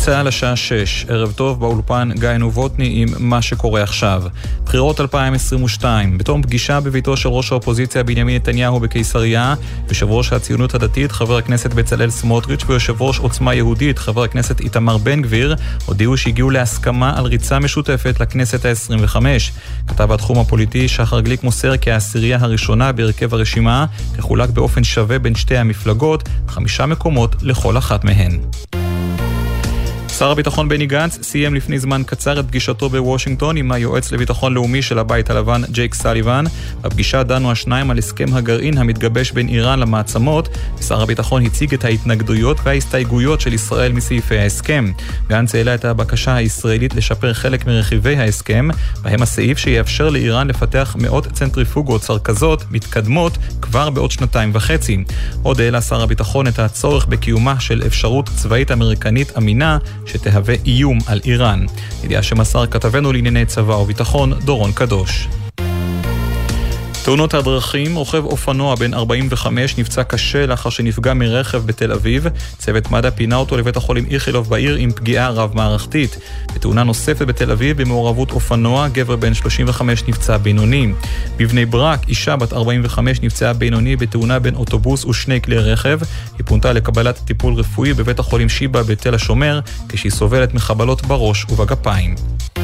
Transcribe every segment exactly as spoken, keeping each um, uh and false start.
צהל השעה שש, ערב טוב באולפן גיא נובוטני עם מה שקורה עכשיו. בחירות אלפיים עשרים ושתיים, בתום פגישה בביתו של ראש האופוזיציה בנימין נתניהו בקיסריה, יושב ראש הציונות הדתית חבר הכנסת בצלאל סמוטריץ' ויושב ראש עוצמה יהודית חבר הכנסת איתמר בן גביר הודיעו שהגיעו להסכמה על ריצה משותפת לכנסת ה-עשרים וחמש. כתב התחום הפוליטי שחר גליק מוסר כי העשירייה הראשונה בהרכב הרשימה תחולק באופן שווה בין שתי המפלגות, חמישה מקומות לכל אחת מהן. שר הביטחון בני גנץ סיים לפני זמן קצר את פגישתו בוושינגטון עם היועץ לביטחון לאומי של הבית הלבן ג'ייק סאליבן. בפגישה דנו השניים על הסכם הגרעין המתגבש בין איראן למעצמות. שר הביטחון הציג את ההתנגדויות וההסתייגויות של ישראל מסעיפי ההסכם. גנץ העלה את הבקשה הישראלית לשפר חלק מרכיבי ההסכם, בהם הסעיף שיאפשר לאיראן לפתח מאות צנטריפוגות צרכזות מתקדמות כבר בעוד שנתיים וחצי. עוד העלה שר הביטחון את הצורך בקיומה של אפשרות צבאית אמריקנית אמינה שתהווה איום על איראן. ידיעה שמסר כתבנו לענייני צבא וביטחון דורון קדוש. תאונות הדרכים, רוכב אופנוע בן ארבעים וחמש נפצע קשה לאחר שנפגע מרכב בתל אביב. צוות מד"א פינה אותו לבית החולים איכילוב בעיר עם פגיעה רב-מערכתית. בתאונה נוספת בתל אביב במעורבות אופנוע, גבר בן שלושים וחמש נפצע בינוני. בבני ברק, אישה בת ארבעים וחמש נפצעה בינוני בתאונה בין אוטובוס ושני כלי רכב. היא פונתה לקבלת טיפול רפואי בבית החולים שיבא בתל השומר, כשהיא סובלת מחבלות בראש ובגפיים.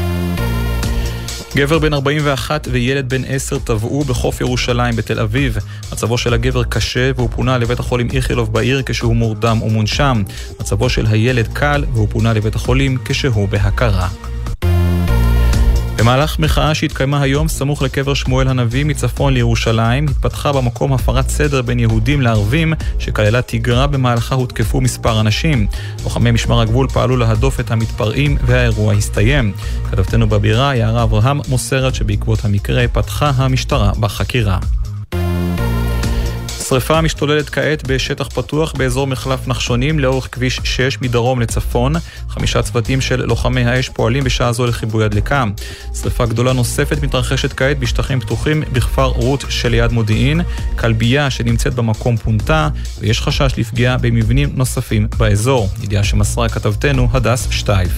גבר בן ארבעים ואחת וילד בן עשר טבעו בחוף ירושלים בתל אביב. מצבו של הגבר קשה והוא פונה לבית החולים איכילוב בעיר כשהוא מורדם ומונשם. מצבו של הילד קל והוא פונה לבית החולים כשהוא בהכרה. במהלך מחאה שהתקיימה היום סמוך לקבר שמואל הנביא מצפון לירושלים, התפתחה במקום הפרת סדר בין יהודים לערבים שכללה תגרה במהלכה הותקפו מספר אנשים. לוחמי משמר הגבול פעלו להדוף את המתפרעים והאירוע הסתיים. כתבתנו בבירה יערה אברהם מוסרת שבעקבות המקרה פתחה המשטרה בחקירה. שריפה משתוללת כעת בשטח פתוח באזור מחלף נחשונים לאורך כביש שש מדרום לצפון. חמישה צוותים של לוחמי האש פועלים בשעה זו לכיבוי הדלקה. שריפה גדולה נוספת מתרחשת כעת בשטחים פתוחים בכפר רות שליד מודיעין. כלבייה שנמצאת במקום פונתה ויש חשש לפגיעה במבנים נוספים באזור. ידיעה שמסרה כתבתנו הדס שטייף.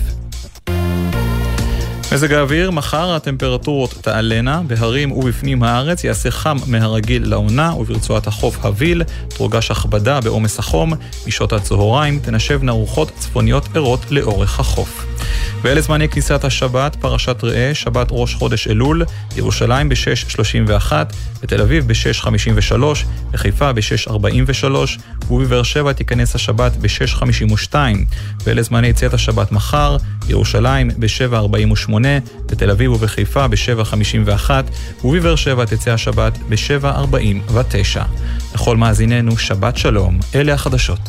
מזג האוויר, מחר הטמפרטורות תעלנה, בהרים ובפנים הארץ יעשה חם מהרגיל לעונה וברצועת החוף הוויל, תורגש הכבדה בעומס החום, משעות הצהריים תנשבנה רוחות צפוניות ערות לאורך החוף. ואלה זמני כניסת השבת, פרשת ראה, שבת ראש חודש אלול, ירושלים ב-שש שלושים ואחת, בתל אביב ב-שש חמישים ושלוש, בחיפה ב-שש ארבעים ושלוש, ובבאר שבע תיכנס השבת ב-שש חמישים ושתיים. ואלה זמני יציאת השבת מחר, ירושלים ב-שבע ארבעים ושמונה, בתל אביב ובחיפה ב-שבע חמישים ואחת, ובבאר שבע תצא השבת ב-שבע ארבעים ותשע. לכל מאזיננו שבת שלום, אלה החדשות.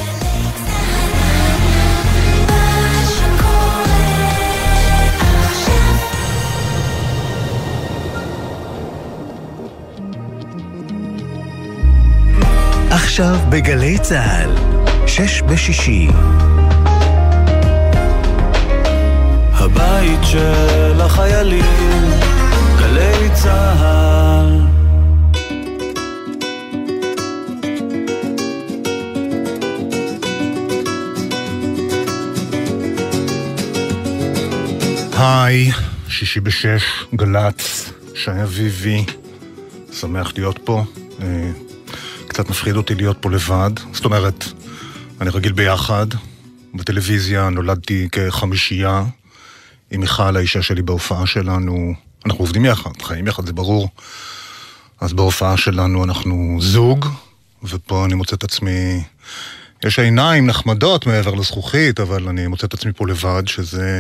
עכשיו בגלי צהל, שש בשישי. הבית של החיילים, גלי צהל. היי, שישי בשש, גלץ, שי אביבי, שמח להיות פה. קצת מפחיד אותי להיות פה לבד, זאת אומרת, אני רגיל ביחד, בטלוויזיה נולדתי כחמישייה, עם מיכל, האישה שלי בהופעה שלנו, אנחנו עובדים יחד, חיים יחד, זה ברור, אז בהופעה שלנו אנחנו זוג, ופה אני מוצא את עצמי, יש עיניים נחמדות מעבר לזכוכית, אבל אני מוצא את עצמי פה לבד, שזה,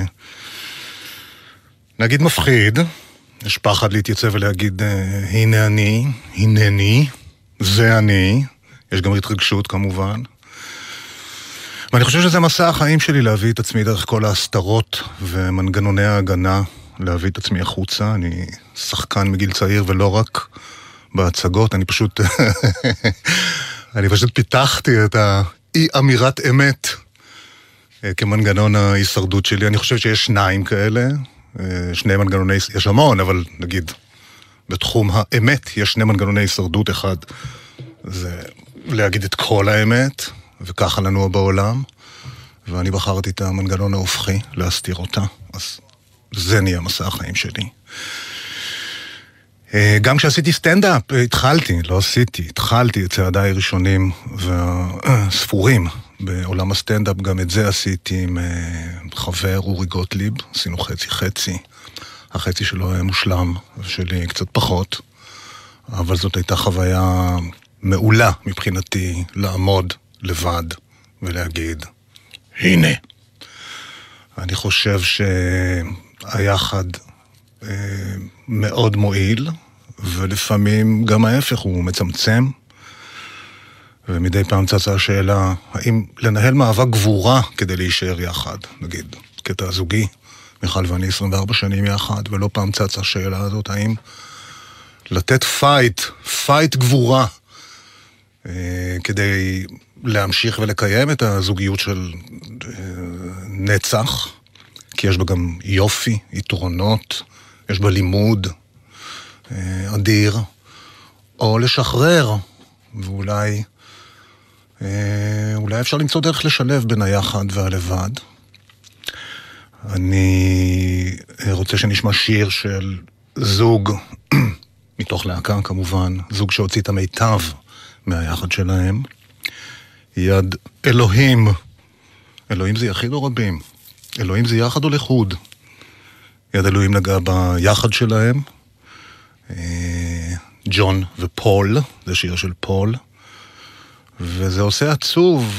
נגיד מפחיד, יש פחד להתייצב ולהגיד, הנה אני, הנני, זה אני, יש גם התרגשות כמובן, ואני חושב שזה מסע החיים שלי להביא את עצמי דרך כל ההסתרות ומנגנוני ההגנה, להביא את עצמי החוצה. אני שחקן מגיל צעיר ולא רק בהצגות, אני פשוט אני פשוט פיתחתי את האי אמירת אמת כמנגנון ההישרדות שלי. אני חושב שיש שניים כאלה, שני מנגנוני, יש המון, אבל נגיד בתחום האמת יש שני מנגנוני הישרדות. אחד זה להגיד את כל האמת, וככה לנו בעולם, ואני בחרתי את המנגנון ההופכי להסתיר אותה, אז זה נהיה מסע החיים שלי. גם כשעשיתי סטנדאפ, התחלתי, לא עשיתי, התחלתי את צעדיי הראשונים והספורים בעולם הסטנדאפ, גם את זה עשיתי עם חבר אורי גוטליב, עשינו חצי חצי, החצי שלו היה מושלם, ושלי קצת פחות, אבל זאת הייתה חוויה מעולה מבחינתי לעמוד לבד ולהגיד, הנה. אני חושב שהיחד מאוד מועיל, ולפעמים גם ההפך הוא מצמצם, ומדי פעם צצה השאלה, האם לנהל מאבק גבורה כדי להישאר יחד, נגיד, קטע זוגי, מיכל ואני עשרים וארבע שנים יחד, ולא פעם צצה השאלה הזאת, האם לתת פייט, פייט גבורה, כדי להמשיך ולקיים את הזוגיות של נצח, כי יש בה גם יופי, יתרונות, יש בה לימוד אדיר, או לשחרר, ואולי אולי אפשר למצוא דרך לשלב בין היחד והלבד. אני רוצה שנשמע שיר של זוג, מתוך להקה כמובן, זוג שהוציא את המיטב מהיחד שלהם. יד אלוהים. אלוהים זה יחיד או רבים? אלוהים זה יחד או לחוד? יד אלוהים נגע ביחד שלהם. ג'ון ופול, זה שיר של פול. וזה עושה עצוב,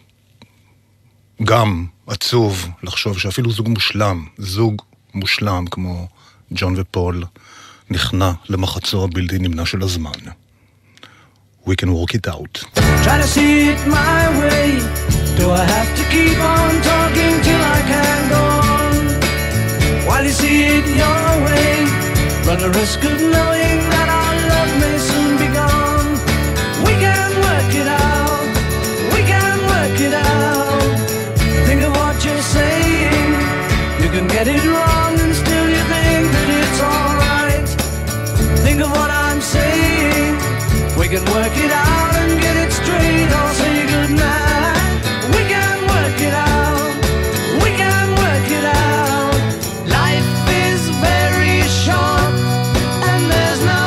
גם עצוב, לחשוב שאפילו זוג מושלם, זוג מושלם כמו ג'ון ופול, נכנע למחצו הבלתי נמנע של הזמן. We can work it out. Try to see it my way. Do I have to keep on talking till I can go on? While you see it your way, run the risk of knowing that our love may soon be gone. We can work it out. We can work it out. Think of what you're saying. You can get it wrong and still you think that it's alright. Think of what I'm saying. We can work it out and get it straight. I'll say goodnight. We can work it out. We can work it out. Life is very short and there's no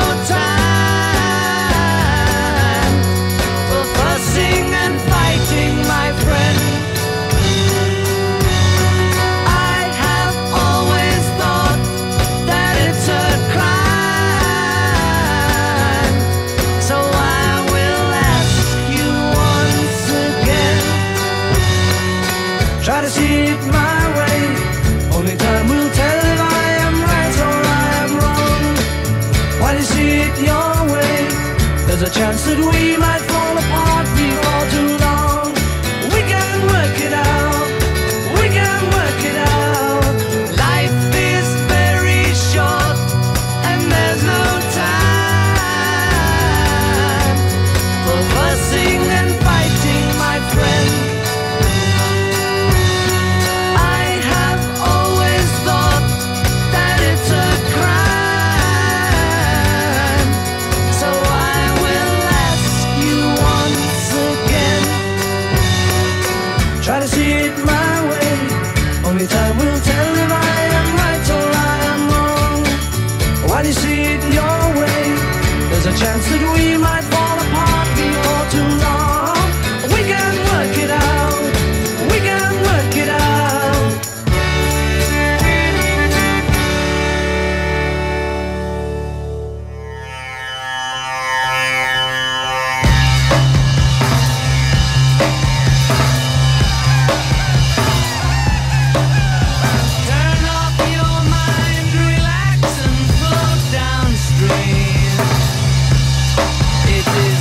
time for fussing and fighting, my friend. I have always thought that it's a crime. So I will ask you once again. Try to see it my way. Only time will tell if I am right or I am wrong. While you see it your way, there's a chance that we might fall apart before too long. We can work it out. We can work it out. Life is very short and there's no time for fussing and fighting, my friend. I have always thought that it's a crime. So I will ask you once again. Try to see it my way. Only time will tell if I am right or I am wrong. While you see it your way, there's a chance that we might fall apart before too long. We can work it out. We can work it out. Turn off your mind, relax and float downstream. It is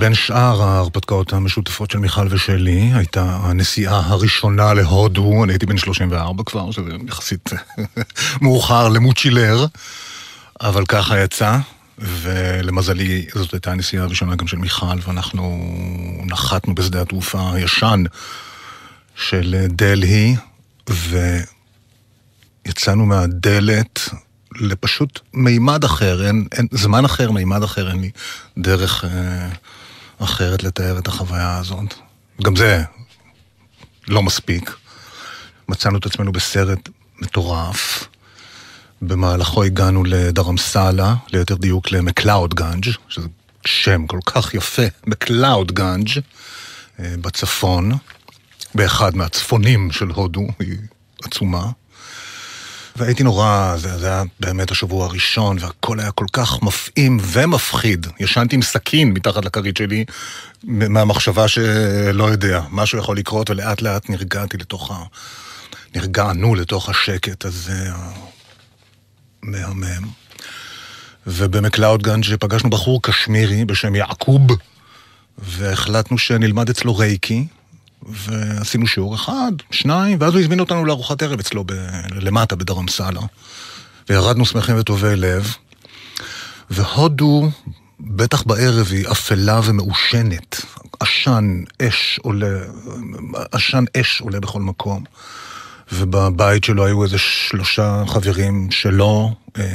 בין שאר ההרפתקאות המשותפות של מיכל ושלי, הייתה הנסיעה הראשונה להודו, אני הייתי בן שלושים וארבע כבר, שזה יחסית מאוחר למוצ'ילר, אבל ככה יצא, ולמזלי זאת הייתה הנסיעה הראשונה גם של מיכל, ואנחנו נחתנו בשדה התעופה הישן של דלהי, ויצאנו מהדלת לפשוט מימד אחר, אין, אין, זמן אחר, מימד אחר, אין לי דרך אה, אחרת לתאר את החוויה הזאת. גם זה לא מספיק. מצאנו את עצמנו בסרט מטורף, במהלכו הגענו לדרמסלה, ליותר דיוק למקלאוד גנג', שזה שם כל כך יפה, מקלאוד גנג', אה, בצפון, באחד מהצפונים של הודו, היא עצומה. והייתי נורא, זה, זה היה באמת השבוע הראשון, והכל היה כל כך מפעים ומפחיד. ישנתי עם סכין מתחת לכרית שלי, מהמחשבה שלא יודע, משהו יכול לקרות, ולאט לאט נרגעתי לתוך ה... נרגענו לתוך השקט הזה המהמם. ובמקלאוד גנג' פגשנו בחור קשמירי בשם יעקוב, והחלטנו שנלמד אצלו רייקי, ועשינו שיעור אחד, שניים, ואז הוא הזמין אותנו לארוחת ערב אצלו ב... למטה בדרמסלה, וירדנו שמחים וטובי לב, והודו, בטח בערב, היא אפלה ומאושנת, עשן אש עולה, עשן אש עולה בכל מקום, ובבית שלו היו איזה שלושה חברים שלו,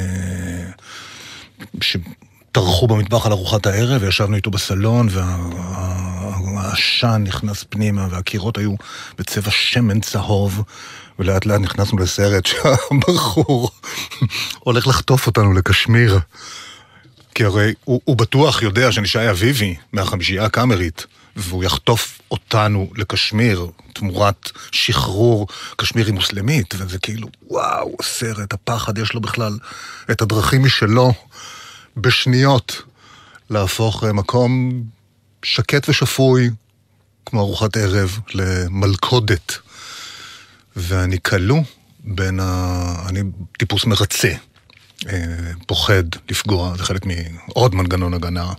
ש... טרחו במטבח על ארוחת הערב, וישבנו איתו בסלון, והעשן נכנס פנימה, והקירות היו בצבע שמן צהוב, ולאט לאט נכנסנו לסרט שהבחור הולך לחטוף אותנו לקשמיר, כי הרי הוא, הוא בטוח יודע שאני שי אביבי מהחמישייה הקאמרית, והוא יחטוף אותנו לקשמיר, תמורת שחרור קשמירי מוסלמית, וזה כאילו, וואו, סרט, הפחד יש לו בכלל את הדרכים משלו, בשניות להפוך מקום שקט ושפוי כמו ארוחת ערב למלכודת, ואני קלו בין ה... אני טיפוס מרצה, פוחד לפגוע, זה חלק מעוד מנגנון הגנה.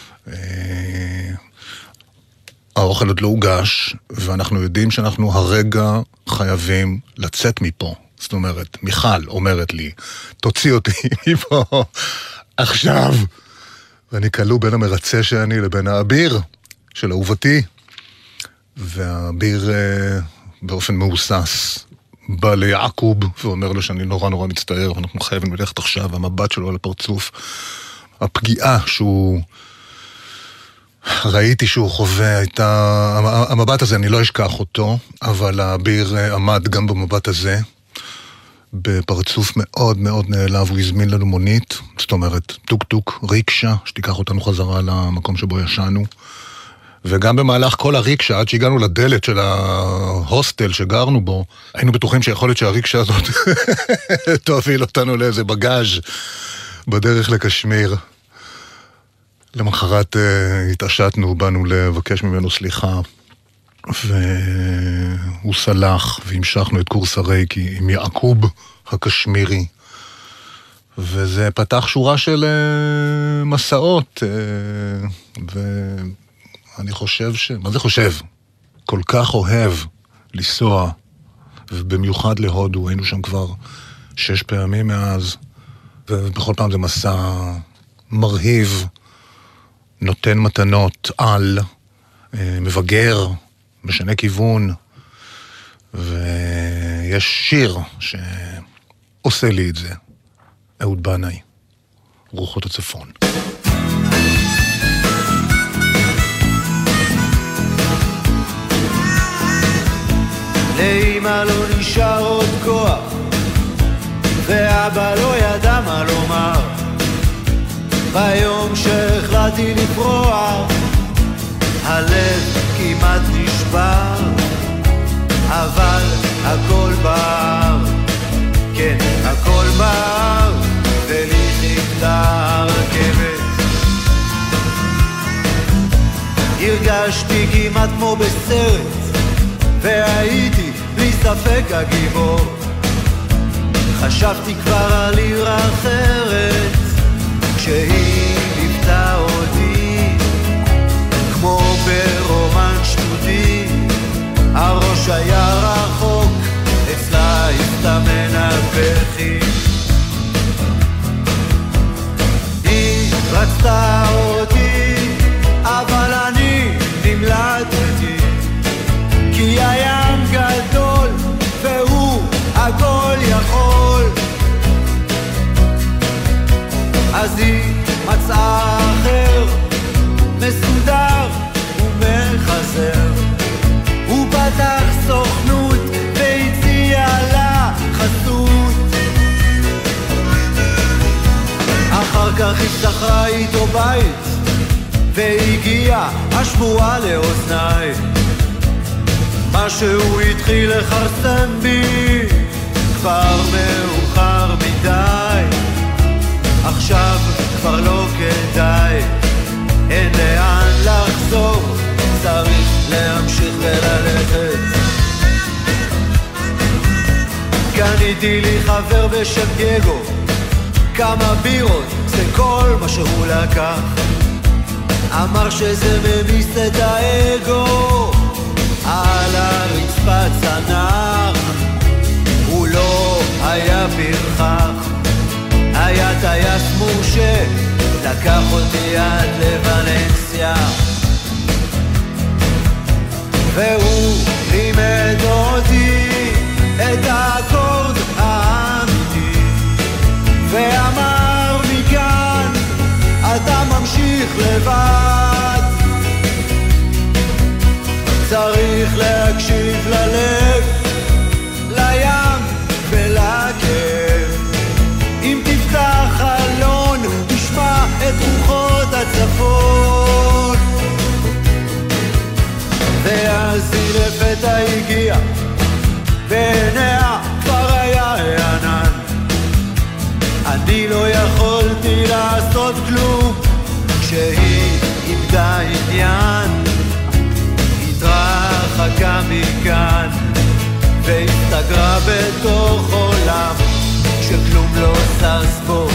האוכל עוד לא הוגש, ואנחנו יודעים שאנחנו הרגע חייבים לצאת מפה. זאת אומרת, מיכל אומרת לי, תוציא אותי מפה עכשיו, ואני קלו בין המרצה שאני לבין האביר של אהובתי, והאביר אה, באופן מאוסס בא ליעקוב ואומר לו שאני נורא נורא מצטער, ואנחנו חייבים ללכת עכשיו, המבט שלו על הפרצוף, הפגיעה שהוא, ראיתי שהוא חווה, הייתה, המבט הזה אני לא אשכח אותו, אבל האביר עמד גם במבט הזה, בפרצוף מאוד מאוד נעלב, הוא הזמין לנו מונית, זאת אומרת, טוק טוק, ריקשה, שתיקח אותנו חזרה למקום שבו ישנו, וגם במהלך כל הריקשה, עד שהגענו לדלת של ההוסטל שגרנו בו, היינו בטוחים שיכול להיות שהריקשה הזאת תוביל אותנו לאיזה בגאז' בדרך לקשמיר. למחרת uh, התעשתנו, באנו לבקש ממנו סליחה, והוא סלח, והמשכנו את קורס הרייקי עם יעקוב הקשמירי, וזה פתח שורה של uh, מסעות, uh, ואני חושב ש... מה זה חושב? כל כך אוהב לנסוע, ובמיוחד להודו, היינו שם כבר שש פעמים מאז, ובכל פעם זה מסע מרהיב, נותן מתנות על, uh, מבגר, משנה כיוון, ויש שיר שעושה לי את זה, אהוד בנאי, רוחות הצפון. לאמא לא נשאר עוד כוח, ואבא לא ידע מה לומר, ביום שהחלטתי לפרוע, הלב כמעט נשבר, אבל הכל בר, כן, הכל בר, ולי חיכתה הרכבת. הרגשתי כמעט כמו בסרט, והייתי בלי ספק הגיבור. חשבתי כבר על עיר אחרת, כשהיא ליוותה אותי, ברומן שטותי, הראש היה רחוק, אצלה הסתמן הבכי. היא רצתה אותי, אבל אני נמלטתי, כי הים גדול והוא הכל יכול. אז היא מצאה אחר, מסודר ומחזר, הוא פתח סוכנות והציע לה חסות. אחר כך היא שכרה איתו בית, והגיעה השבועה לאוזניי, מה שהוא התחיל לחרסם בי כבר מאוחר מדי. עכשיו כבר לא כדאי, אין לאן לחזור, צריך להמשיך וללכת. קניתי לי חבר בשם דייגו, כמה בירות, זה כל מה שהוא לקח. אמר שזה ממיס את האגו, על הרצפה צנח, הוא לא היה פרחח, היה טייס מורשה, לקח אותי עד לוולנסיה, והוא לימד אותי את האקורד האמיתי, ואמר מכאן אתה ממשיך לבד, צריך להקשיב ללב, לים ולכאב, אם תפתח חלון תשמע את רוחות הצפון. ואז היא לפתע הגיעה, בעיניה כבר היה הענן, אני לא יכולתי לעשות כלום כשהיא איבדה עניין, התרחקה מכאן והסתגרה בתוך עולם שכלום לא זז בו.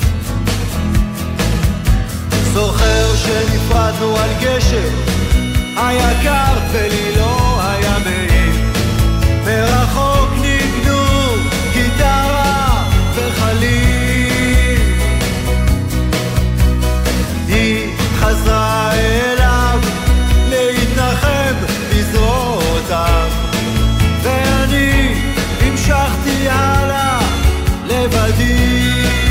זוכר שנפרדנו על גשר, היה קר ולי לא היה מעיר, מרחוק ניגנו גיטרה וחליל, היא חזרה אליו להתנחם בזרועותיו, ואני המשכתי הלאה לבדי,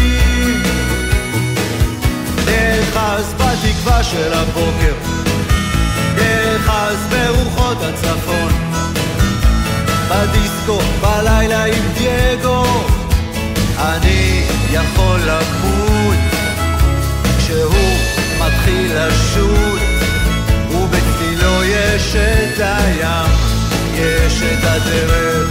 נאחז בתקווה של הבוקר, נאחז ברוחות הצפון, בדיסקו בלילה עם דייגו, אני יכול למות כשהוא מתחיל לשוט, ובצילו יש את הים, יש את הדרך.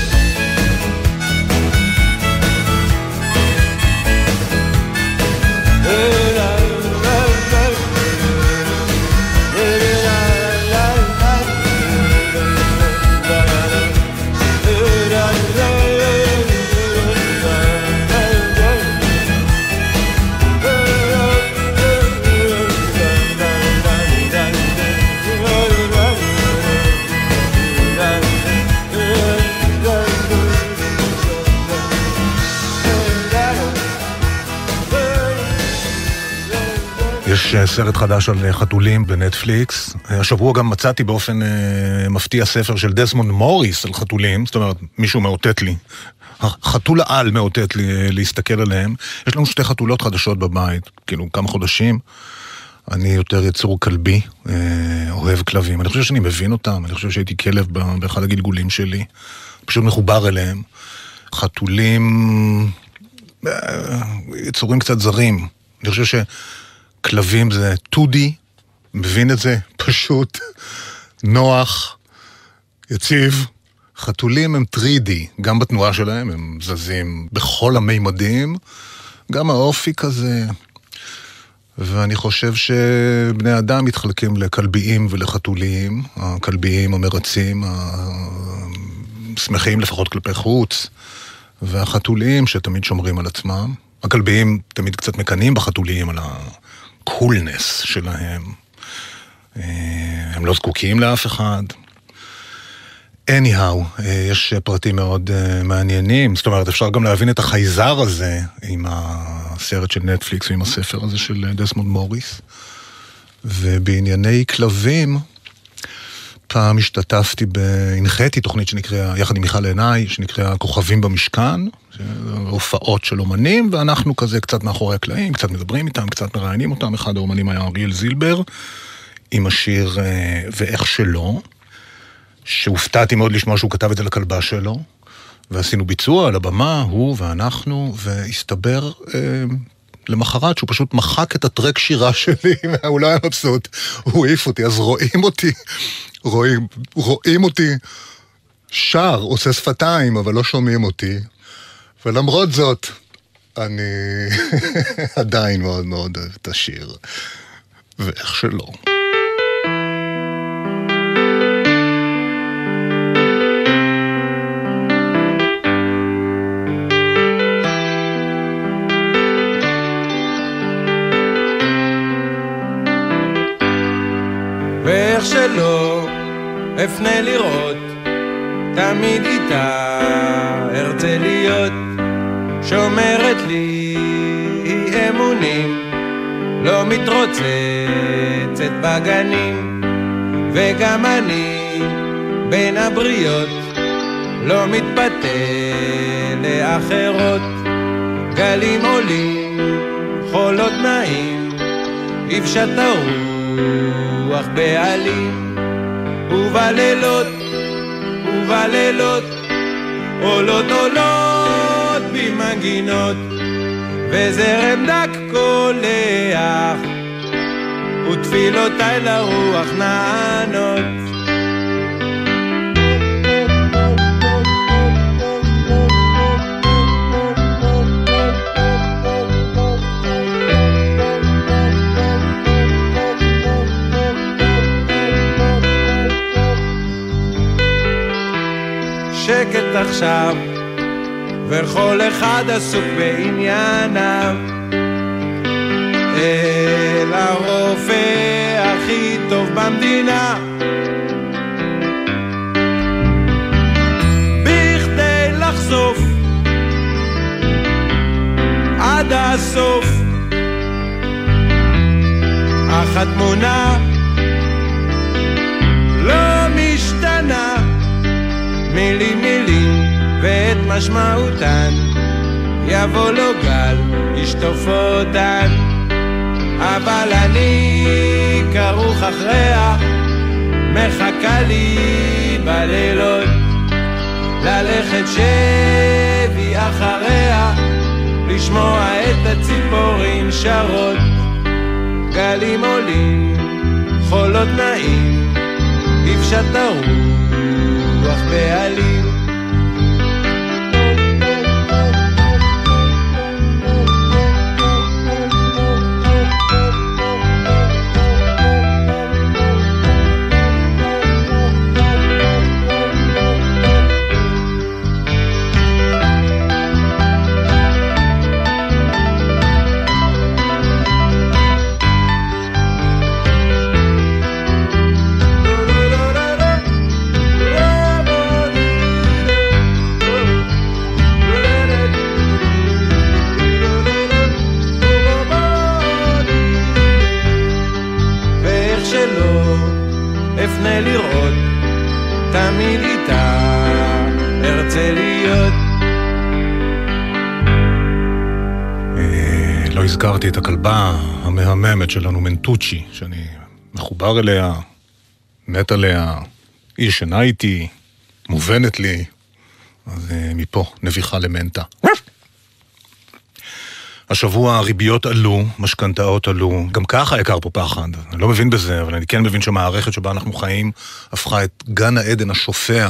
יש סרט חדש על חתולים בנטפליקס. השבוע גם מצאתי באופן מפתיע ספר של דסמונד מוריס על חתולים, זאת אומרת, מישהו מאותת לי. חתול העל מאותת לי להסתכל עליהם. יש לנו שתי חתולות חדשות בבית, כאילו כמה חודשים. אני יותר יצור כלבי, אוהב כלבים. אני חושב שאני מבין אותם, אני חושב שהייתי כלב באחד הגלגולים שלי. פשוט מחובר אליהם. חתולים, יצורים קצת זרים. אני חושב ש... כלבים זה טודי, מבין את זה, פשוט, נוח, יציב. חתולים הם תרי די, גם בתנועה שלהם, הם זזים בכל המימדים, גם האופי כזה. ואני חושב שבני אדם מתחלקים לכלביים ולחתוליים, הכלביים המרצים, השמחים לפחות כלפי חוץ, והחתוליים שתמיד שומרים על עצמם. הכלביים תמיד קצת מקנים בחתוליים על ה... קולנס שלהם. הם לא זקוקים לאף אחד. anyhow, יש פרטים מאוד מעניינים, זאת אומרת, אפשר גם להבין את החייזר הזה עם הסרט של נטפליקס ועם הספר הזה של דסמונד מוריס. ובענייני כלבים, פעם השתתפתי, הנחיתי תוכנית שנקראה, יחד עם מיכל עיניי, שנקראה כוכבים במשכן, הופעות של אומנים, ואנחנו כזה קצת מאחורי הקלעים, קצת מדברים איתם, קצת מראיינים אותם. אחד האומנים היה אריאל זילבר, עם השיר ואיך שלא, שהופתעתי מאוד לשמוע שהוא כתב את זה לכלבה שלו, ועשינו ביצוע על הבמה, הוא ואנחנו, והסתבר אה, למחרת שהוא פשוט מחק את הטרק שירה שלי, והוא לא היה מבסוט, הוא העיף אותי, אז רואים אותי, רואים, רואים אותי שר, עושה שפתיים, אבל לא שומעים אותי, ולמרות זאת, אני עדיין מאוד מאוד אוהב את השיר, ואיך שלא. ואיך שלא אפנה לראות, תמיד איתה ארצה להיות, שומרת לי אמונים, לא מתרוצצת בגנים, וגם אני בין הבריות לא מתפתה לאחרות. גלים עולים, חולות נעים, יבשת הרוח בעלים, ובלילות, ובלילות עולות עולות במנגינות, וזרם דק קולח, ותפילותיי לרוח נענות. שקט עכשיו, וכל אחד עסוק בענייניו, אל הרופא הכי טוב במדינה, בכדי לחשוף עד הסוף, אך התמונה לא משתנה, מילים מילים ואת משמעותן, יבוא לו גל ישטוף אותן, אבל אני כרוך אחריה, מחכה לי בלילות, ללכת שבי אחריה, לשמוע את הציפורים שרות. גלים עולים, חולות נעים, יבשת הרוח בעלים. אפנה לראות, תמיד איתה ארצה להיות. לא הזכרתי את הכלבה המהממת שלנו, מנטוצ'י, שאני מחובר אליה, מת עליה, היא ישנה איתי, מובנת לי, אז מפה נביחה למנטה. השבוע הריביות עלו, משכנתאות עלו, גם ככה יקר פה פחד. אני לא מבין בזה, אבל אני כן מבין שהמערכת שבה אנחנו חיים הפכה את גן העדן השופע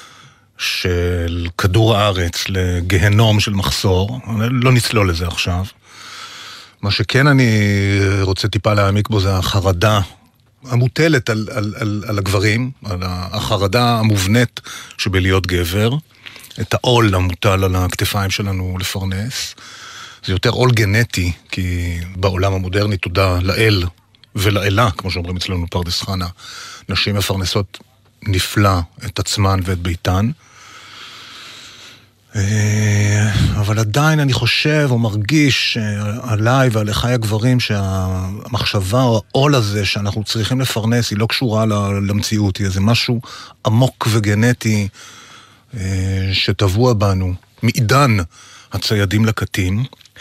של כדור הארץ לגהנום של מחסור. לא נצלול לזה עכשיו. מה שכן אני רוצה טיפה להעמיק בו זה החרדה המוטלת על, על, על, על הגברים, על החרדה המובנית שבלהיות גבר, את העול המוטל על הכתפיים שלנו לפרנס. זה יותר עול גנטי, כי בעולם המודרני, תודה לאל ולאלה, כמו שאומרים אצלנו פרדס חנה. נשים מפרנסות נפלא את עצמן ואת ביתן. אבל עדיין אני חושב או מרגיש עליי ועל חיי הגברים שהמחשבה או העול הזה שאנחנו צריכים לפרנס היא לא קשורה למציאות, היא איזה משהו עמוק וגנטי שטבוע בנו, מעידן הציידים לקטים.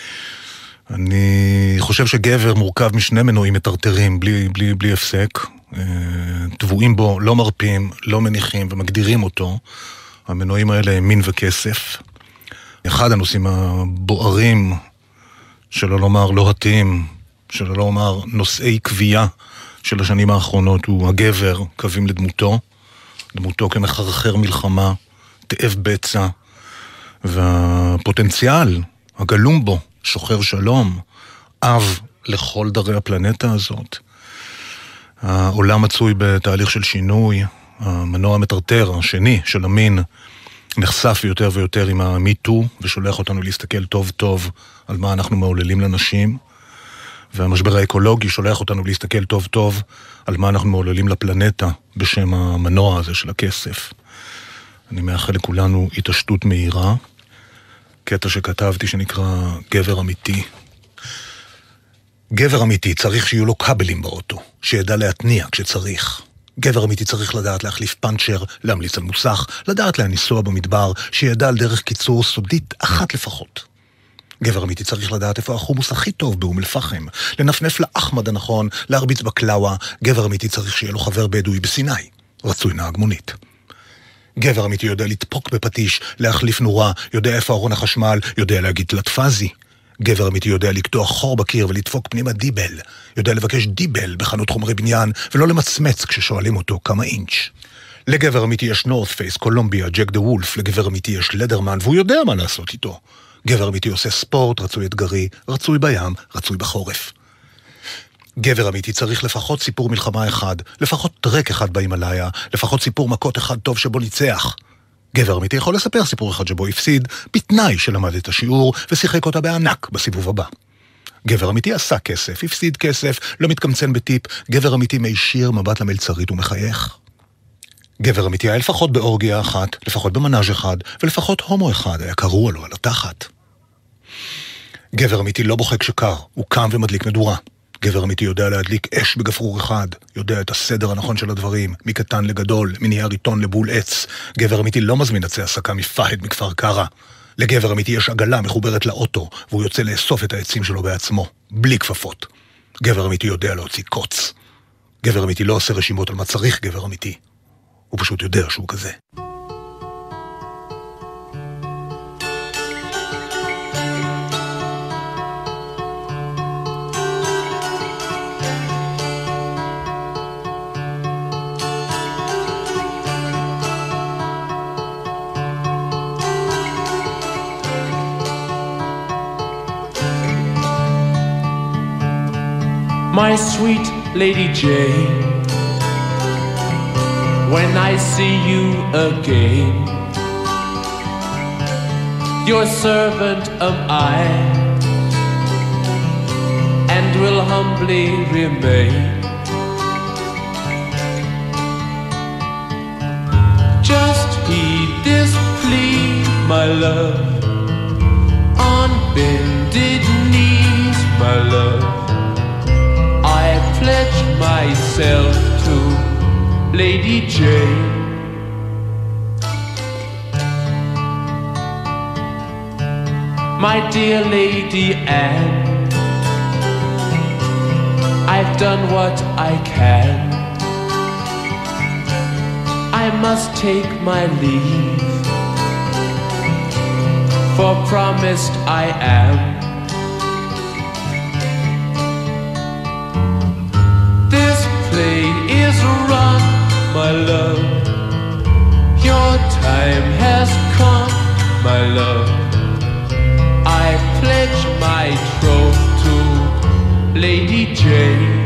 אני חושב שגבר מורכב משני מנועים מטרטרים בלי, בלי, בלי הפסק, טבועים בו, לא מרפים, לא מניחים ומגדירים אותו. המנועים האלה הם מין וכסף. אחד הנושאים הבוערים, שלא לומר לוהטים, שלא לומר נושאי קביעה של השנים האחרונות, הוא הגבר, קווים לדמותו, דמותו כמחרחר מלחמה, תאב בצע, והפוטנציאל הגלום בו, שוחר שלום, אב לכל דרי הפלנטה הזאת. העולם מצוי בתהליך של שינוי, המנוע המטרטר השני של המין נחשף יותר ויותר עם המיטו, ושולח אותנו להסתכל טוב טוב על מה אנחנו מעוללים לנשים, והמשבר האקולוגי שולח אותנו להסתכל טוב טוב על מה אנחנו מעוללים לפלנטה בשם המנוע הזה של הכסף. אני מאחל לכולנו התעשתות מהירה, קטע שכתבתי שנקרא גבר אמיתי. גבר אמיתי צריך שיהיו לו כבלים באוטו, שידע להתניע כשצריך. גבר אמיתי צריך לדעת להחליף פנצ'ר, להמליץ על מוסך, לדעת לאן לנסוע במדבר, שידע על דרך קיצור סודית אחת לפחות. גבר אמיתי צריך לדעת איפה החומוס הכי טוב באום אל-פחם, לנפנף לאחמד הנכון, להרביץ בקלאווה. גבר אמיתי צריך שיהיה לו חבר בדואי בסיני, רצוי נהג מונית. גבר אמיתי יודע לדפוק בפטיש, להחליף נורה, יודע איפה ארון החשמל, יודע להגיד תלת-פאזי. גבר אמיתי יודע לקטוע חור בקיר ולדפוק פנימה דיבל, יודע לבקש דיבל בחנות חומרי בניין ולא למצמץ כששואלים אותו כמה אינץ'. לגבר אמיתי יש נורת' פייס, קולומביה, ג'ק דה וולף, לגבר אמיתי יש לדרמן והוא יודע מה לעשות איתו. גבר אמיתי עושה ספורט, רצוי אתגרי, רצוי בים, רצוי בחורף. גבר אמיתי צריך לפחות סיפור מלחמה אחד, לפחות טרק אחד בהימאליה, לפחות סיפור מכות אחד טוב שבו ניצח. גבר אמיתי יכול לספר סיפור אחד שבו הפסיד, בתנאי שלמד את השיעור ושיחק אותה בענק בסיבוב הבא. גבר אמיתי עשה כסף, הפסיד כסף, לא מתקמצן בטיפ. גבר אמיתי מישיר מבט למלצרית ומחייך. גבר אמיתי היה לפחות באורגיה אחת, לפחות במנאז' אחד, ולפחות הומו אחד היה קרוע לו על התחת. גבר אמיתי לא בוכה כשקר, הוא קם ומדליק מדורה. גבר אמיתי יודע להדליק אש בגפרור אחד, יודע את הסדר הנכון של הדברים, מקטן לגדול, מנייר עיתון לבול עץ. גבר אמיתי לא מזמין עצי הסקה מפהד מכפר קרא. לגבר אמיתי יש עגלה מחוברת לאוטו, והוא יוצא לאסוף את העצים שלו בעצמו, בלי כפפות. גבר אמיתי יודע להוציא קוץ. גבר אמיתי לא עושה רשימות על מה צריך גבר אמיתי. הוא פשוט יודע שהוא כזה. My sweet Lady Jane, when I see you again, your servant am I, and will humbly remain. Just heed this plea, my love, on bended knees, my love. I pledge myself to Lady Jane. My dear Lady Anne, I've done what I can. I must take my leave, for promised I am. Play is run, my love. Your time has come, my love. I pledge my troth to Lady Jane.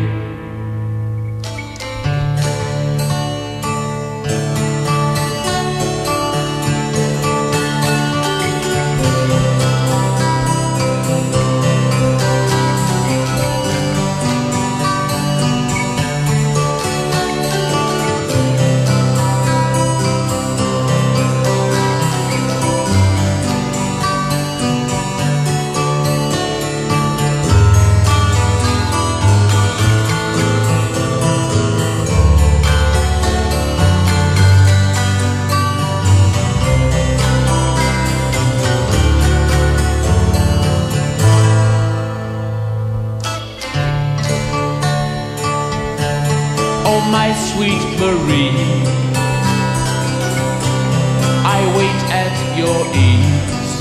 sweet Marie. I wait at your ease.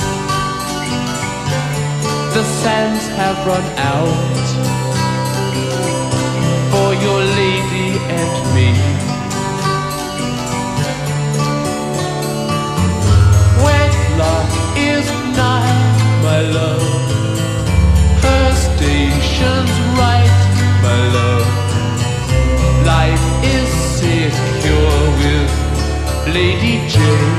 The sands have run out for your lady and me. Wedlock is nigh, my love. Her station's right, my love. Life is secure with Lady Jane.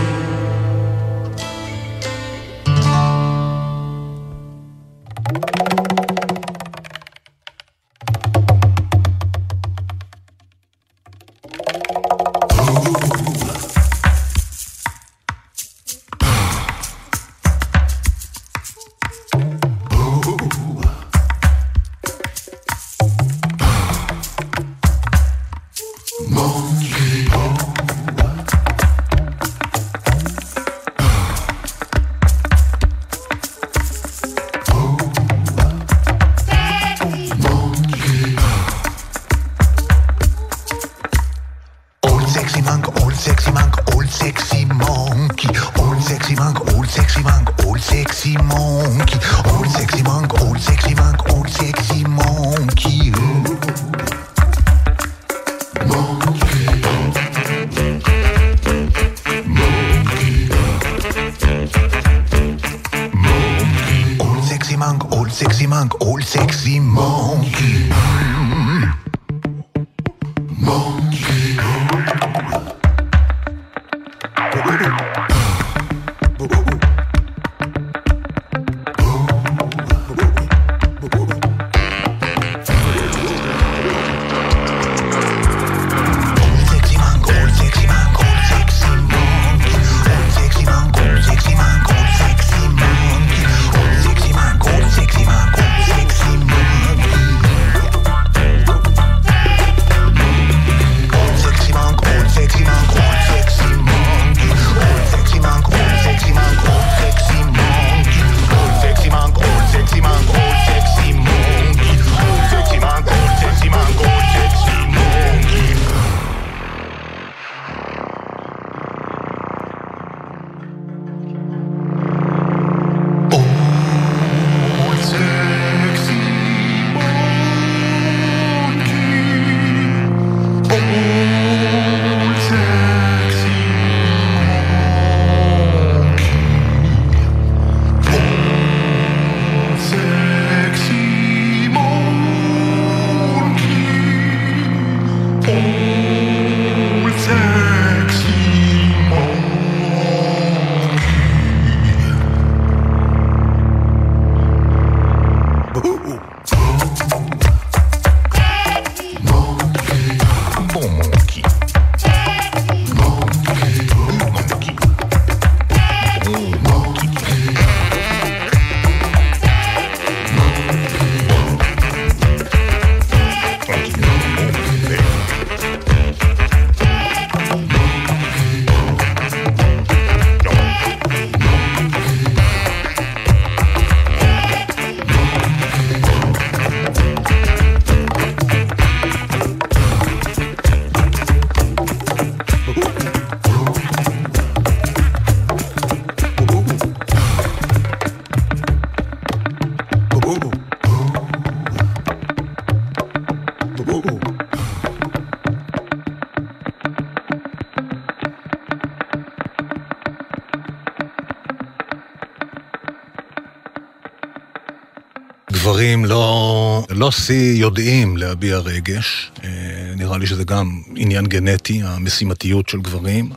גברים לא, לא סי יודעים להביע רגש, נראה לי שזה גם עניין גנטי, המשימתיות של גברים.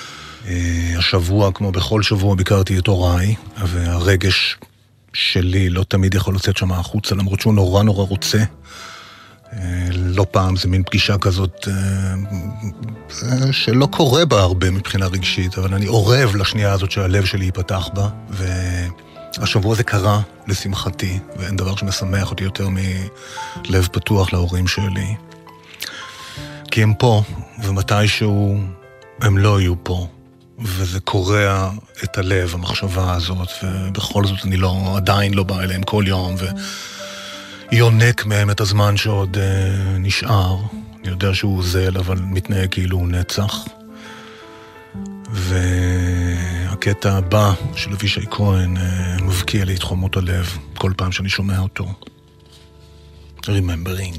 השבוע, כמו בכל שבוע, ביקרתי את הוריי, והרגש שלי לא תמיד יכול לצאת שם החוצה, למרות שהוא נורא נורא רוצה. לא פעם זה מין פגישה כזאת שלא קורה בה הרבה מבחינה רגשית, אבל אני עורב לשנייה הזאת שהלב שלי ייפתח בה, והשבוע זה קרה לשמחתי, ואין דבר שמשמח אותי יותר מלב פתוח להורים שלי. כי הם פה, ומתישהו הם לא יהיו פה, וזה קורע את הלב, המחשבה הזאת, ובכל זאת אני לא, עדיין לא בא אליהם כל יום, ו... יונק מהם את הזמן שעוד uh, נשאר, יודע שהוא זל, אבל מתנהג כאילו הוא נצח. והקטע הבא של אבישי כהן מבקיע לי את חומות הלב כל פעם שאני שומע אותו. Remembering.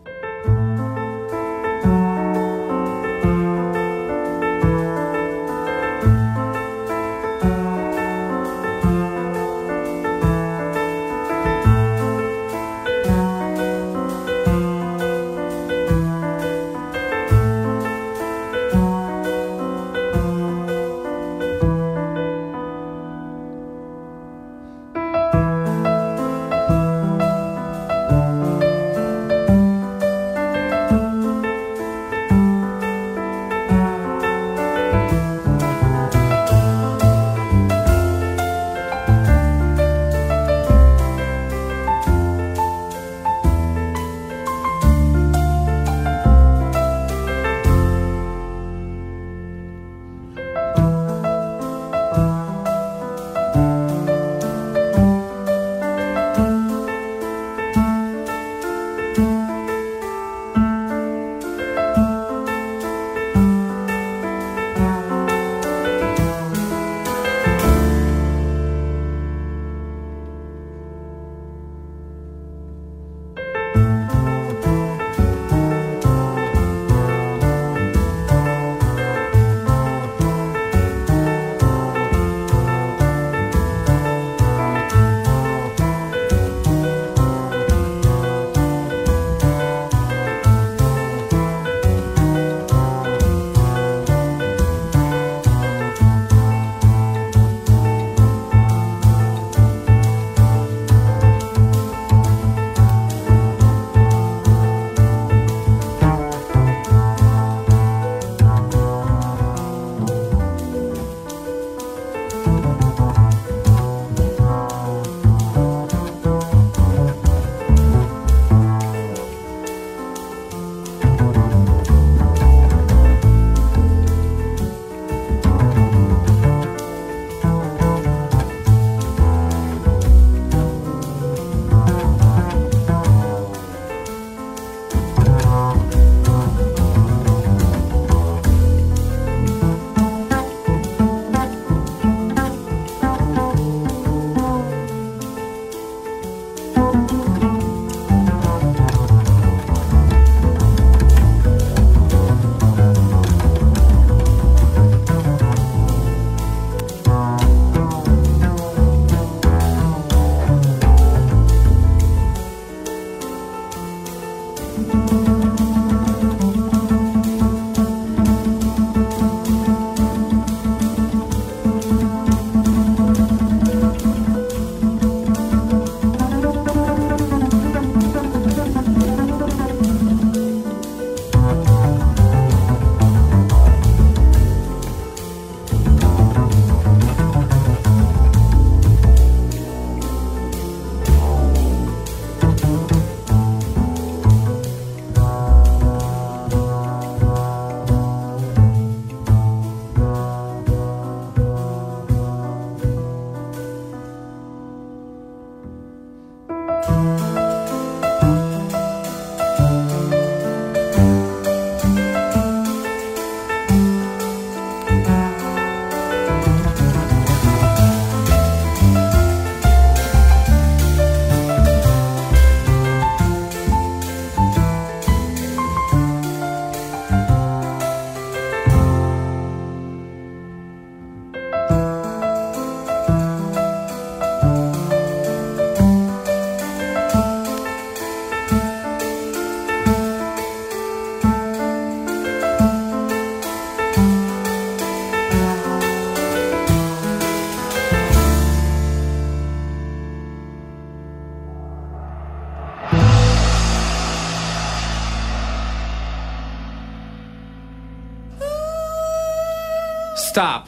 Stop.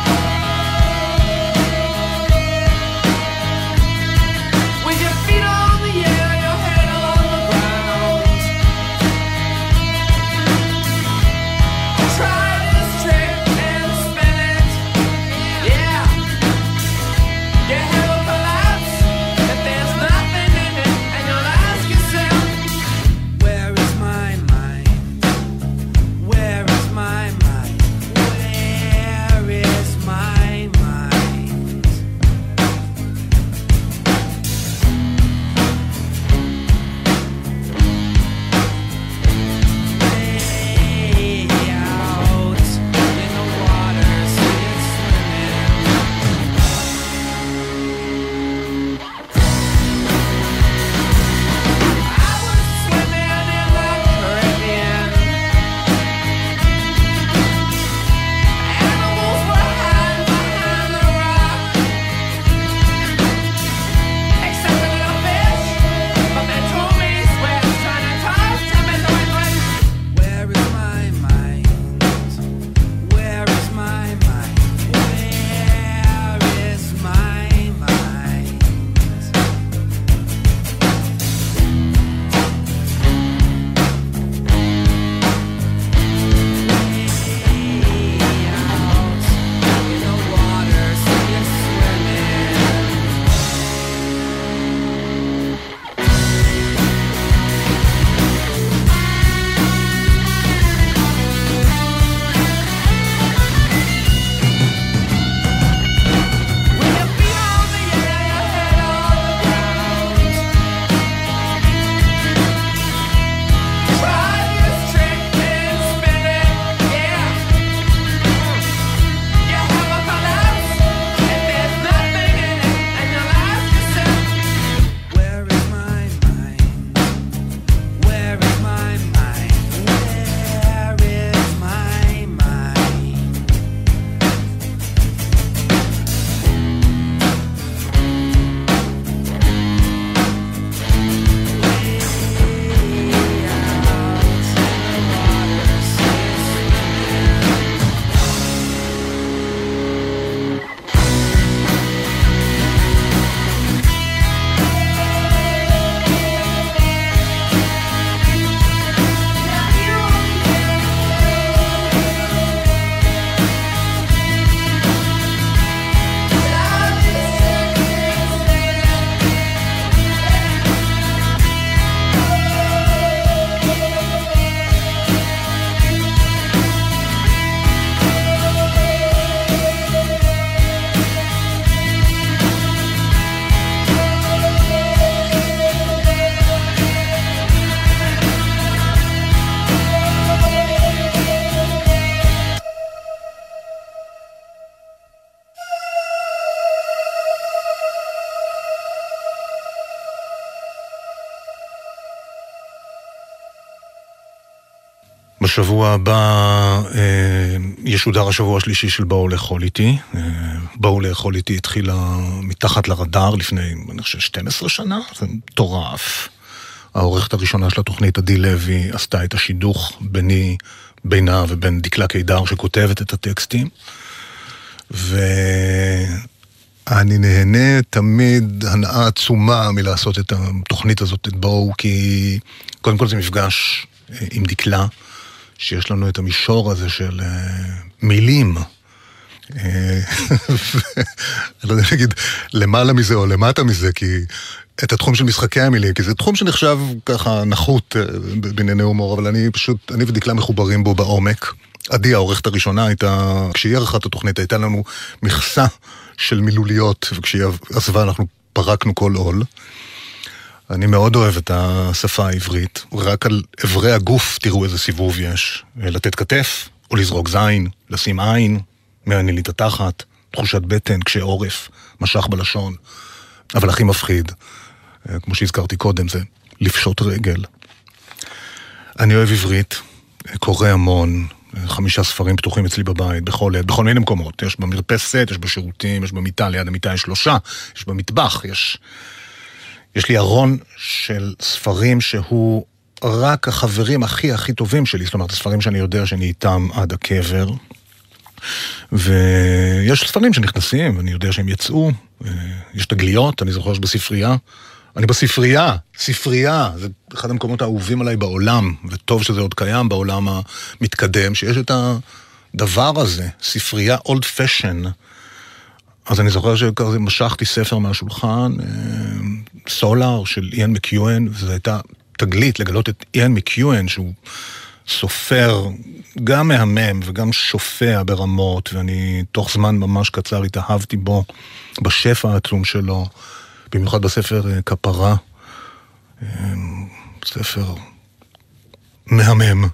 With your feet on בשבוע הבא אה, ישודר השבוע השלישי של באו לאכול איתי. אה, באו לאכול איתי התחילה מתחת לרדאר לפני, אני חושב, שתים עשרה שנה, זה מטורף. העורכת הראשונה של התוכנית, עדי לוי, עשתה את השידוך ביני, בינה ובין דקלה קידר שכותבת את הטקסטים. ואני נהנה תמיד הנאה עצומה מלעשות את התוכנית הזאת, את באו, כי קודם כל זה מפגש עם דקלה, שיש לנו את המישור הזה של מילים. אני לא יודע להגיד למעלה מזה או למטה מזה, כי את התחום של משחקי המילים, כי זה תחום שנחשב ככה נחות בענייני הומור, אבל אני פשוט, אני ודקלה מחוברים בו בעומק. עדי, העורכת הראשונה, הייתה, כשהיא ערכת התוכנית, הייתה לנו מכסה של מילוליות, וכשהיא עזבה אנחנו פרקנו כל עול. אני מאוד אוהב את השפה העברית, רק על עברי הגוף תראו איזה סיבוב יש. לתת כתף, או לזרוק זין, לשים עין, מעניין לי את התחת, תחושת בטן, קשה עורף, משך בלשון. אבל הכי מפחיד, כמו שהזכרתי קודם, זה לפשוט רגל. אני אוהב עברית, קורא המון, חמישה ספרים פתוחים אצלי בבית, בכל, בכל מיני מקומות. יש במרפסת, יש בשירותים, יש במיטה, ליד המיטה יש שלושה, יש במטבח, יש... יש לי ארון של ספרים שהוא רק החברים הכי הכי טובים שלי, זאת אומרת, הספרים שאני יודע שאני איתם עד הקבר, ויש ספרים שנכנסים, ואני יודע שהם יצאו, יש תגליות, אני זוכר שבספרייה, אני בספרייה, ספרייה, זה אחד המקומות האהובים עליי בעולם, וטוב שזה עוד קיים בעולם המתקדם, שיש את הדבר הזה, ספרייה old fashion. אז אני זוכר שכזה משכתי ספר מהשולחן, סולר של איאן מקיואן, וזו הייתה תגלית לגלות את איאן מקיואן, שהוא סופר גם מהמם וגם שופע ברמות, ואני תוך זמן ממש קצר התאהבתי בו, בשפע העצום שלו, במיוחד בספר כפרה, ספר מהמם.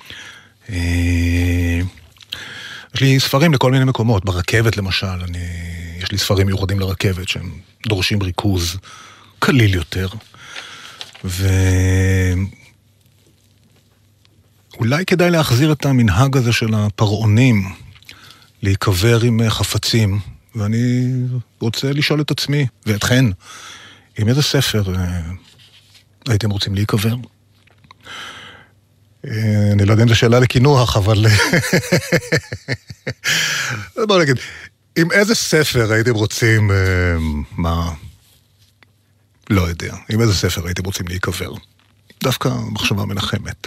יש לי ספרים לכל מיני מקומות, ברכבת למשל, אני, יש לי ספרים מיוחדים לרכבת שהם דורשים ריכוז קליל יותר, ואולי כדאי להחזיר את המנהג הזה של הפרעונים, להיקבר עם חפצים, ואני רוצה לשאול את עצמי, ואתכן, עם איזה ספר הייתם רוצים להיקבר? אני לא יודע אם זו שאלה לכינוח, אבל... בואו נגיד, עם איזה ספר הייתם רוצים... מה? לא יודע. עם איזה ספר הייתם רוצים להיקבר? דווקא מחשבה מנחמת.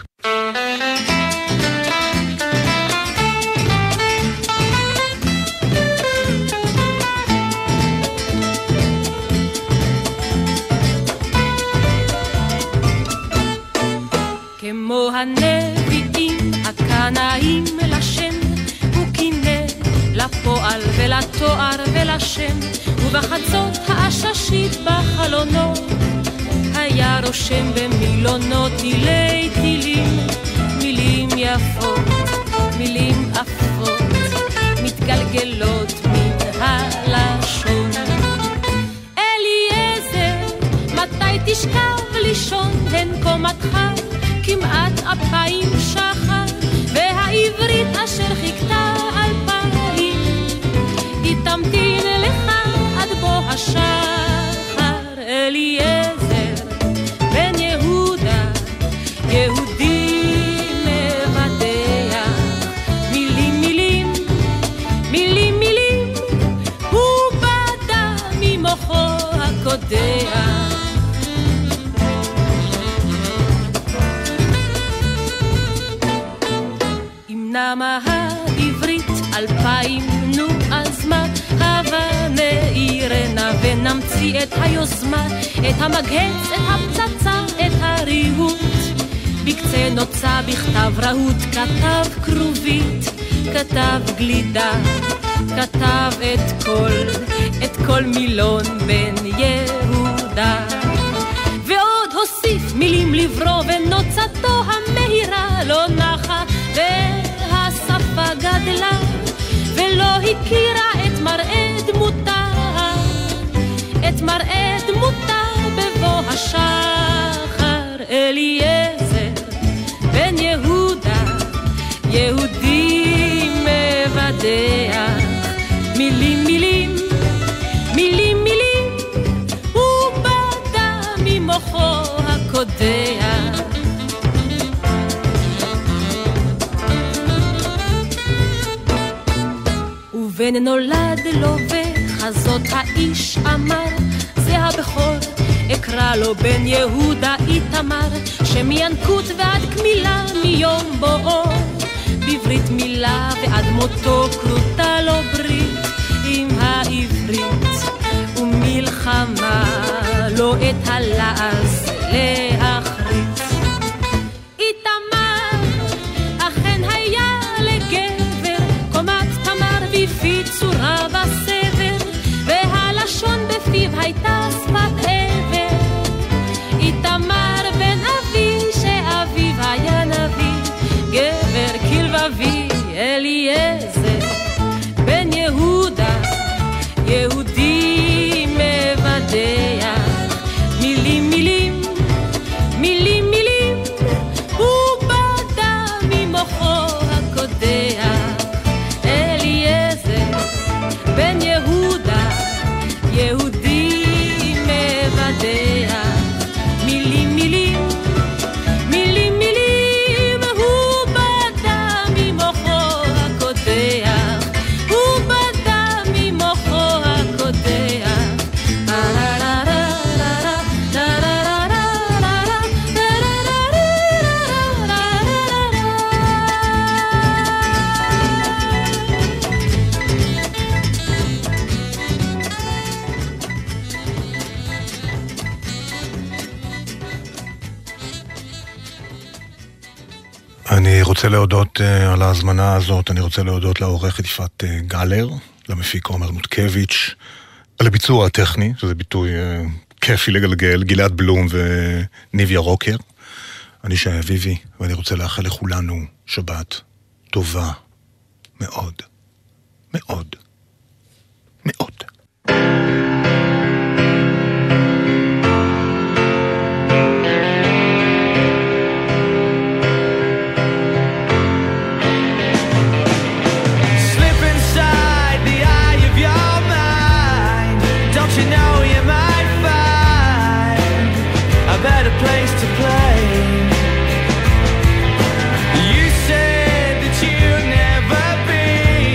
כמו הנביאים הקנאים לשם, הוא קינא לפועל ולתואר ולשם, ובחצות העששית בחלונות היה רושם במילונות תילי תילים, מילים יפות, מילים אפות, מתגלגלות מן הלשון. אליעזר, מתי תשכב לישון, הן קומתך כמעט אפיים שחר, והעברית אשר חיכתה אלפיים היא תמתין לך עד בוא השחר. אליעזר בן יהודה, יהודי מבטח, מילים מילים מילים מילים הוא בדה ממוחו הקודח. נמה העברית אלפיים, נו אז מה, הבה נעירנה ונמציא את היוזמה, את המגהץ, את הפצצה, את הריהוט. בקצה נוצה בכתב רהוט, כתב כרובית, כתב גלידה, כתב את כל, את כל מילון בן יהודה. ועוד הוסיף מילים לברוא, ונוצתו המהירה לא נחה, והשפה גדלה ולא הכירה את מראה דמותה, את מראה דמותה בבוא השחר. אליעזר בן יהודה, מילים מילים, מילים מילים, הוא בדה ממוחו הקודע. ובן נולד לו וחזות האיש אמר, זה הבכור, אקרא לו בן יהודה איתמר, שמינקות ועד כמילה מיום בואו, בברית מילה ועד מותו קרותה לו ברית עם העברית, ומלחמה לא את הלעז להחריט. איתמר אכן היה לגבר, קומת תמר ויפי צורה בסבר, והלשון בפיו הייתה שפת עבר. איתמר בן אבי שאביו היה נביא, גבר כלבבי אליעזר בן יהודה, יהודי מבדח. מילים מילים, מילים מילים, הוא בדה ממוחו הקודח. אליעזר בן יהודה, יהודי מבדח. מילים מילים, מילים מילים, הוא בדה ממוחו הקודח, הוא בדה ממוחו הקודח. אני רוצה להודות uh, על ההזמנה הזאת, אני רוצה להודות לעורכת יפעת uh, גלר, למפיק עומר מוטקביץ', על הביצוע הטכני, שזה ביטוי uh, כיפי לגלגל, גלעד בלום וניביה רוקר. אני שי אביבי, ואני רוצה לאחל לכולנו שבת טובה מאוד, מאוד, מאוד. Place to play. You said that you'd never be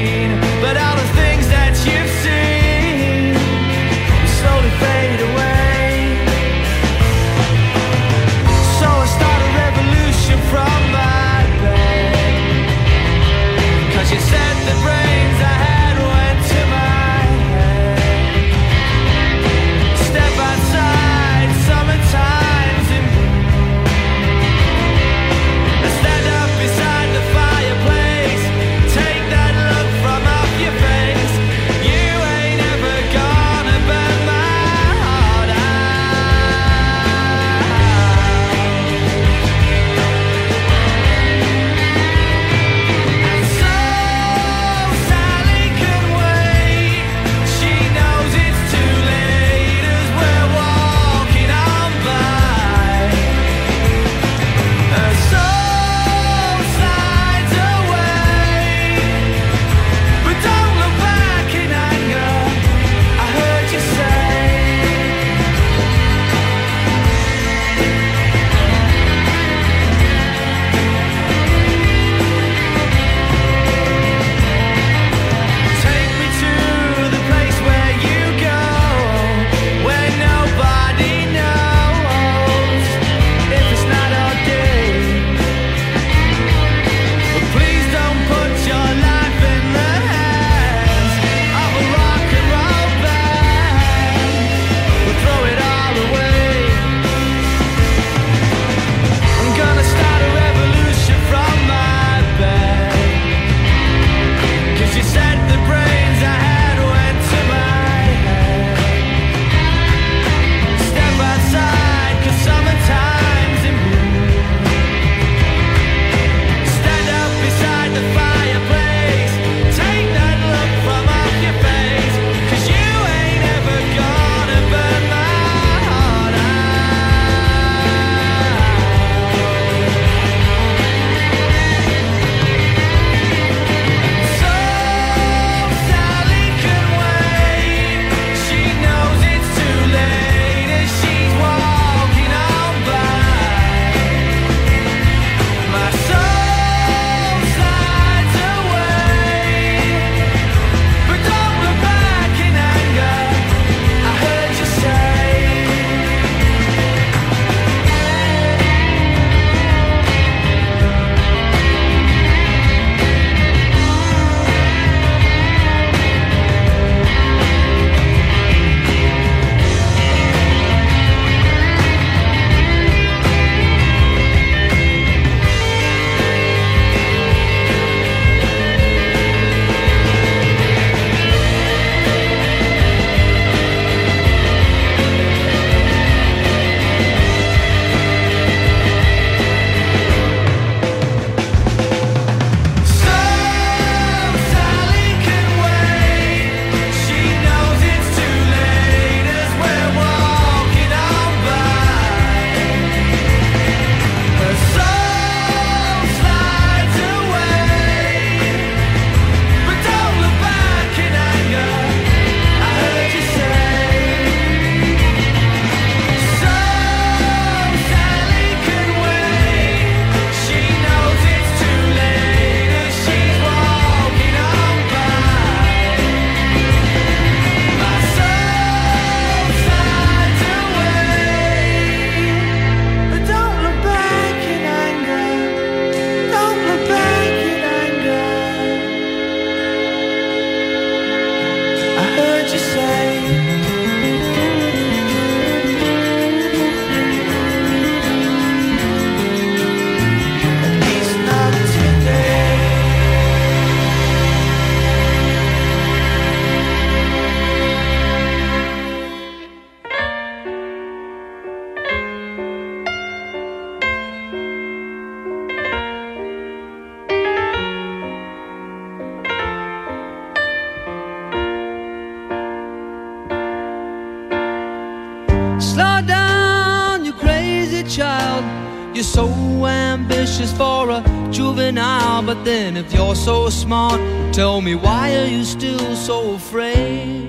You're so ambitious for a juvenile, but then if you're so smart, tell me why are you still so afraid?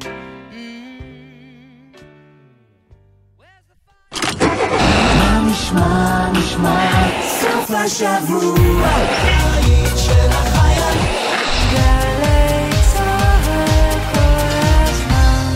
מה נשמע, נשמע, סוף השבוע, היית של החייל, גלי צהל כל הזמן.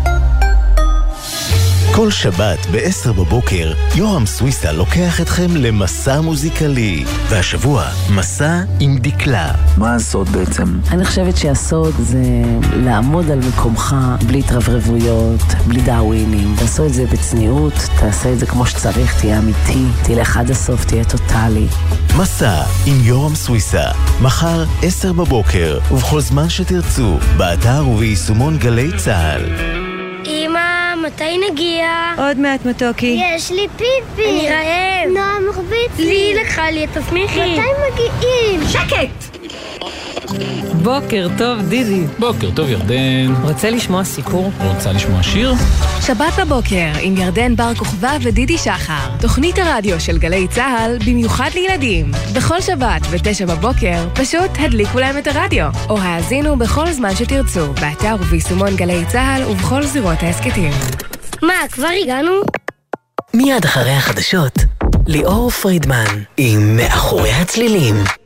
כל שבת בעשר בבוקר, יורם סוויסה לוקח אתכם למסע מוזיקלי. והשבוע, מסע עם דקלה. מה הסוד בעצם? אני חושבת שהסוד זה לעמוד על מקומך בלי התרברבויות, בלי דאווינים. תעשו את זה בצניעות, תעשה את זה כמו שצריך, תהיה אמיתי, תלך עד הסוף, תהיה טוטלי. מסע עם יורם סוויסה, מחר עשר בבוקר, ובכל זמן שתרצו, באתר וביישומון גלי צהל. אמא, מתי נגיע? עוד מעט מתוקי. יש לי פיפי. אני רעב. נועם מחביץ לי. לי לקחה לי, תסמיכי. מתי מגיעים? שקט! בוקר טוב דידי. בוקר טוב ירדן. רוצה לשמוע סיפור? רוצה לשמוע שיר? שבת בבוקר עם ירדן בר כוכבא ודידי שחר. תוכנית הרדיו של גלי צהל במיוחד לילדים. בכל שבת ותשע בבוקר פשוט הדליקו להם את הרדיו. או האזינו בכל זמן שתרצו, באתר וביישומון גלי צהל ובכל זירות העסקתים. מה, כבר הגענו? מיד אחרי החדשות, ליאור פרידמן עם מאחורי הצלילים.